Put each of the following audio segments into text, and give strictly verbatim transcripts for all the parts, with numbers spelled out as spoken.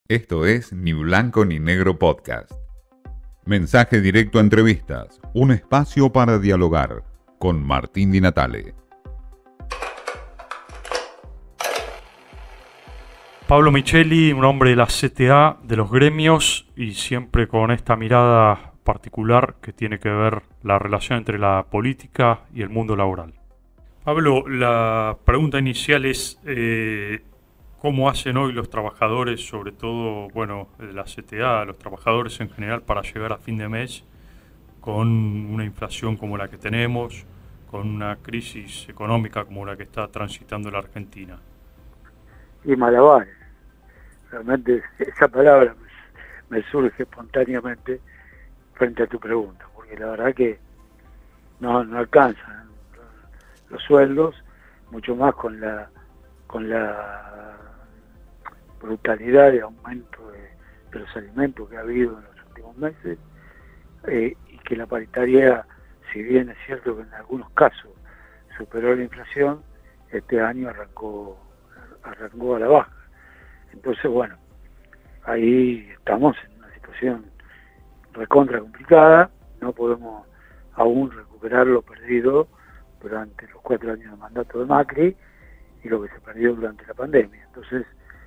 Esto es Ni Blanco ni Negro Podcast. Mensaje directo a entrevistas, un espacio para dialogar con Martín Di Natale. Pablo Micheli, un hombre de la C T A, de los gremios, y siempre con esta mirada particular que tiene que ver la relación entre la política y el mundo laboral. Pablo, la pregunta inicial es eh, ¿cómo hacen hoy los trabajadores, sobre todo, bueno, de la C T A, los trabajadores en general, para llegar a fin de mes con una inflación como la que tenemos, con una crisis económica como la que está transitando la Argentina? Y malabares. Realmente esa palabra me, me surge espontáneamente frente a tu pregunta, porque la verdad que no, no alcanzan los sueldos, mucho más con la con la brutalidad de aumento de, de los alimentos que ha habido en los últimos meses, eh, y que la paritaria, si bien es cierto que en algunos casos superó la inflación, este año arrancó arrancó a la baja. Entonces, bueno, ahí estamos en una situación recontra complicada, no podemos aún recuperar lo perdido durante los cuatro años de mandato de Macri y lo que se perdió durante la pandemia. Entonces,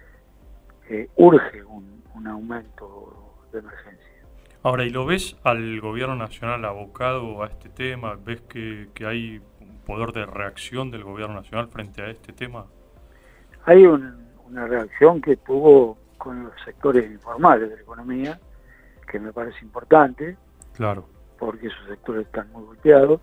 eh, urge un, un aumento de emergencia. Ahora, ¿y lo ves al gobierno nacional abocado a este tema? ¿Ves que, que hay un poder de reacción del gobierno nacional frente a este tema? Hay un, una reacción que tuvo con los sectores informales de la economía, que me parece importante. Claro. Porque esos sectores están muy golpeados,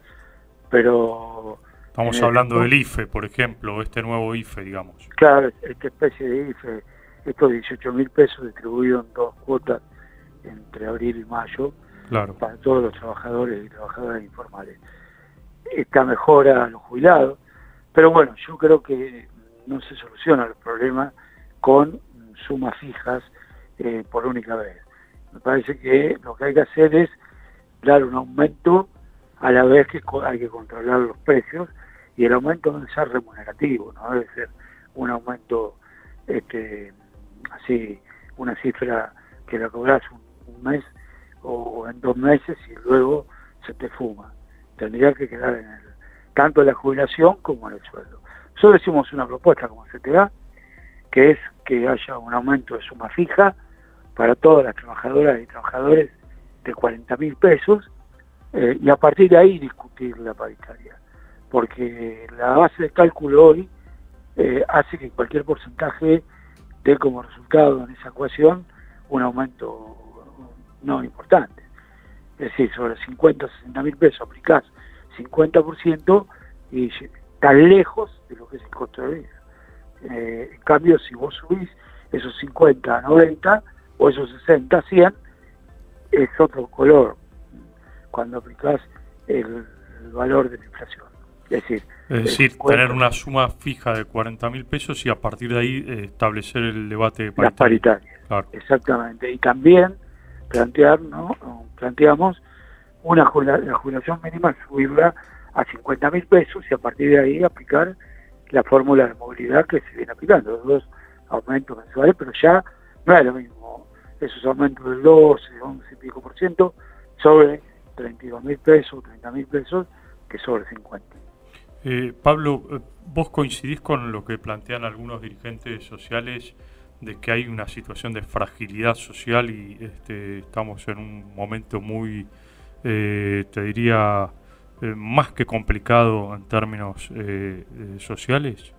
pero... Estamos hablando sector, del I F E, por ejemplo, este nuevo I F E, digamos. Claro, esta especie de I F E, estos dieciocho mil pesos distribuidos en dos cuotas entre abril y mayo, claro, para todos los trabajadores y trabajadoras informales. Esta mejora a los jubilados, pero bueno, yo creo que no se solucionan los problemas con sumas fijas eh, por única vez. Me parece que lo que hay que hacer es dar un aumento a la vez que hay que controlar los precios, y el aumento debe ser remunerativo, no debe ser un aumento este así, una cifra que la cobras un, un mes o, o en dos meses y luego se te fuma. Tendría que quedar en el, tanto en la jubilación como en el sueldo. Nosotros hicimos una propuesta como C T A, que es que haya un aumento de suma fija para todas las trabajadoras y trabajadores de cuarenta mil pesos, eh, y a partir de ahí discutir la paritaria, porque la base de cálculo hoy eh, hace que cualquier porcentaje dé como resultado en esa ecuación un aumento no importante. Es decir, sobre cincuenta o sesenta mil pesos aplicás cincuenta por ciento y tan lejos de lo que es el costo de vida. Eh, en cambio, si vos subís esos cincuenta a noventa o esos sesenta a cien, es otro color cuando aplicás el, el valor de la inflación. Es decir, es decir cincuenta, tener una suma fija de cuarenta mil pesos y a partir de ahí eh, establecer el debate paritario. Las paritarias, claro. Exactamente. Y también plantear, ¿no? planteamos una jubila, la jubilación mínima, subirla a cincuenta mil pesos y a partir de ahí aplicar la fórmula de movilidad que se viene aplicando, los dos aumentos mensuales, pero ya no es lo mismo esos aumentos del doce, once y pico por ciento sobre treinta y dos mil pesos, treinta mil pesos, que sobre cincuenta. Eh, Pablo, ¿vos coincidís con lo que plantean algunos dirigentes sociales de que hay una situación de fragilidad social y este, estamos en un momento muy, eh, te diría, eh, más que complicado en términos eh, eh, sociales?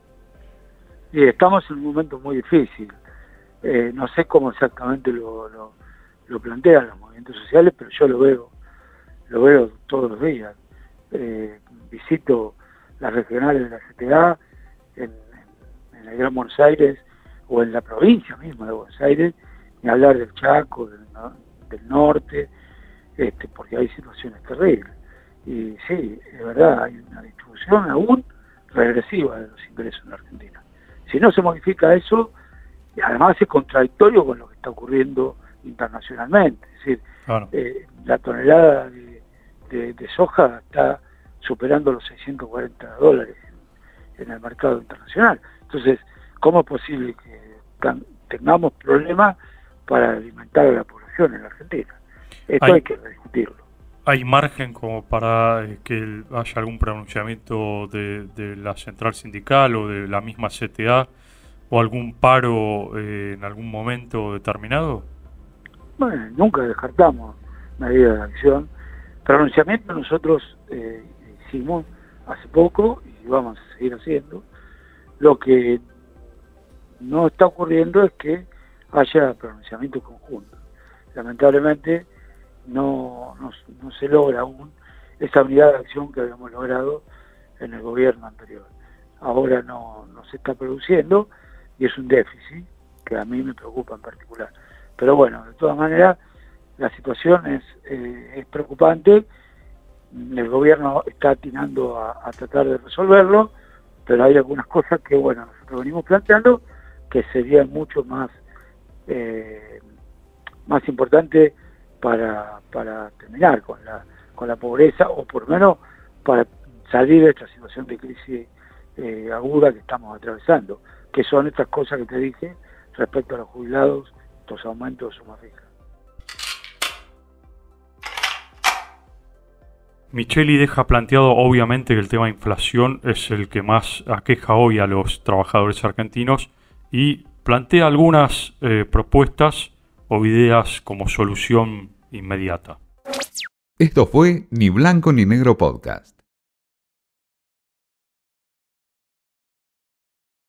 Sí, estamos en un momento muy difícil. Eh, no sé cómo exactamente lo, lo, lo plantean los movimientos sociales, pero yo lo veo, lo veo todos los días. Eh, visito las regionales de la C T A en, en, en el Gran Buenos Aires o en la provincia misma de Buenos Aires, ni hablar del Chaco, del, del norte, este, porque hay situaciones terribles. Y sí, es verdad, hay una distribución aún regresiva de los ingresos en la Argentina. Si no se modifica eso, además es contradictorio con lo que está ocurriendo internacionalmente. Es decir, claro. eh, la tonelada de, de, de soja está superando los seiscientos cuarenta dólares en, en el mercado internacional. Entonces, ¿cómo es posible que tengamos problemas para alimentar a la población en la Argentina. Esto hay, hay que discutirlo. ¿Hay margen como para que haya algún pronunciamiento de, de la central sindical o de la misma C T A o algún paro eh, en algún momento determinado? Bueno, nunca descartamos medidas de acción. Pronunciamiento nosotros eh, hicimos hace poco y vamos a seguir haciendo. Lo que no está ocurriendo es que haya pronunciamiento conjunto. Lamentablemente no, no, no se logra aún esa unidad de acción que habíamos logrado en el gobierno anterior. Ahora no, no se está produciendo y es un déficit que a mí me preocupa en particular. Pero bueno, de todas maneras, la situación es, eh, es preocupante. El gobierno está atinando a, a tratar de resolverlo, pero hay algunas cosas que, bueno, nosotros venimos planteando que serían mucho más eh, más importantes para, para terminar con la, con la pobreza, o por lo menos para salir de esta situación de crisis eh, aguda que estamos atravesando, que son estas cosas que te dije respecto a los jubilados, los aumentos de suma fija. Micheli deja planteado obviamente que el tema de inflación es el que más aqueja hoy a los trabajadores argentinos y plantea algunas eh, propuestas o ideas como solución inmediata. Esto fue Ni Blanco ni Negro Podcast.